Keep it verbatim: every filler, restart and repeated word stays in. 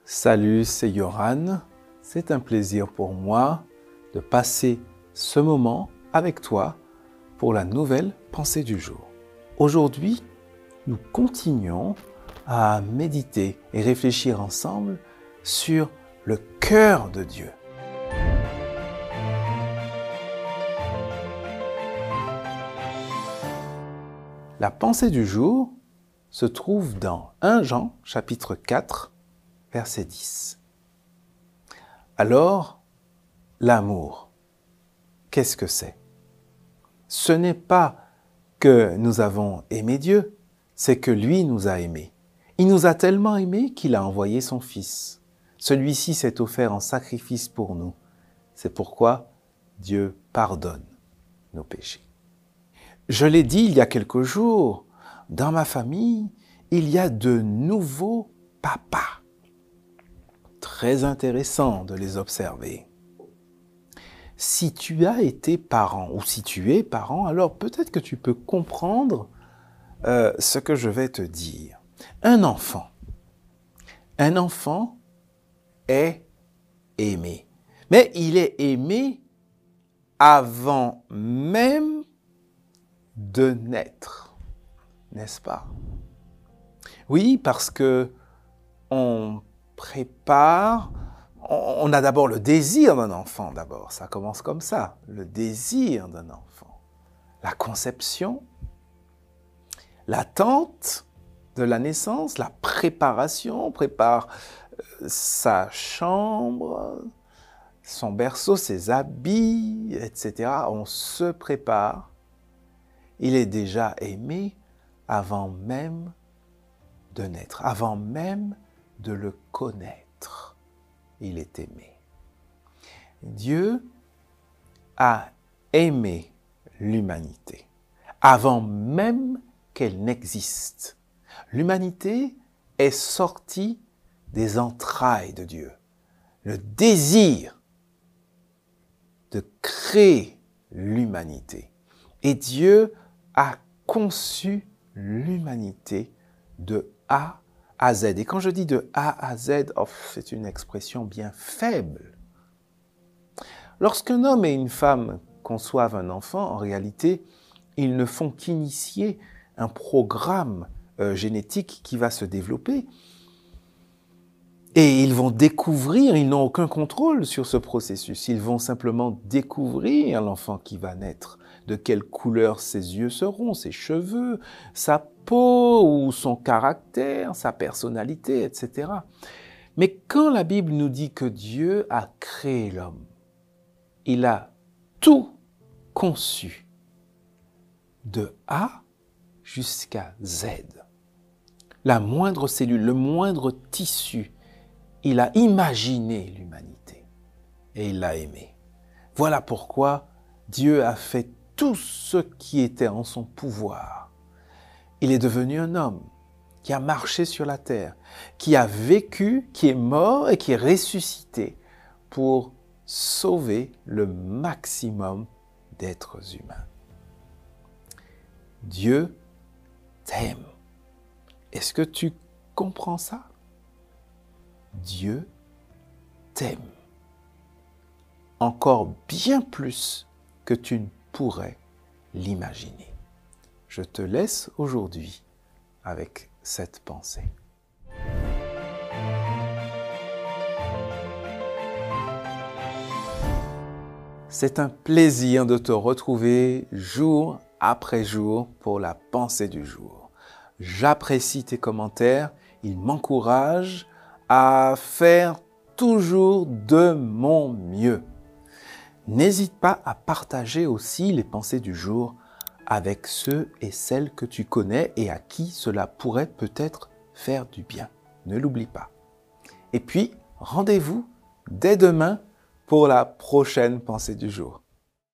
Salut, c'est Yoran. C'est un plaisir pour moi de passer ce moment avec toi pour la nouvelle pensée du jour. Aujourd'hui, nous continuons à méditer et réfléchir ensemble sur le cœur de Dieu. La pensée du jour se trouve dans premier Jean, chapitre quatre, verset dix. Alors, l'amour, qu'est-ce que c'est? Ce n'est pas que nous avons aimé Dieu, c'est que lui nous a aimés. Il nous a tellement aimés qu'il a envoyé son Fils. Celui-ci s'est offert en sacrifice pour nous. C'est pourquoi Dieu pardonne nos péchés. Je l'ai dit il y a quelques jours, dans ma famille, il y a de nouveaux papas. Très intéressant de les observer. Si tu as été parent ou si tu es parent, alors peut-être que tu peux comprendre euh, ce que je vais te dire. Un enfant, un enfant est aimé, mais il est aimé avant même de naître, n'est-ce pas? Oui, parce que on prépare, on a d'abord le désir d'un enfant, d'abord, ça commence comme ça, le désir d'un enfant, la conception, l'attente de la naissance, la préparation, on prépare sa chambre, son berceau, ses habits, et cetera. On se prépare. Il est déjà aimé avant même de naître, avant même de le connaître. Il est aimé. Dieu a aimé l'humanité avant même qu'elle n'existe. L'humanité est sortie des entrailles de Dieu. Le désir de créer l'humanité. Et Dieu a conçu l'humanité de A à Z. Et quand je dis de A à Z, oh, c'est une expression bien faible. Lorsqu'un homme et une femme conçoivent un enfant, en réalité, ils ne font qu'initier un programme euh, génétique qui va se développer. Et ils vont découvrir, ils n'ont aucun contrôle sur ce processus. Ils vont simplement découvrir l'enfant qui va naître. De quelle couleur ses yeux seront, ses cheveux, sa peau ou son caractère, sa personnalité, et cetera. Mais quand la Bible nous dit que Dieu a créé l'homme, il a tout conçu, de A jusqu'à Z. La moindre cellule, le moindre tissu, il a imaginé l'humanité et il l'a aimé. Voilà pourquoi Dieu a fait tout ce qui était en son pouvoir. Il est devenu un homme qui a marché sur la terre, qui a vécu, qui est mort et qui est ressuscité pour sauver le maximum d'êtres humains. Dieu t'aime. Est-ce que tu comprends ça? Dieu t'aime. Encore bien plus que tu ne pourrais l'imaginer. Je te laisse aujourd'hui avec cette pensée. C'est un plaisir de te retrouver jour après jour pour la pensée du jour. J'apprécie tes commentaires, ils m'encouragent à faire toujours de mon mieux. N'hésite pas à partager aussi les pensées du jour avec ceux et celles que tu connais et à qui cela pourrait peut-être faire du bien. Ne l'oublie pas. Et puis, rendez-vous dès demain pour la prochaine pensée du jour.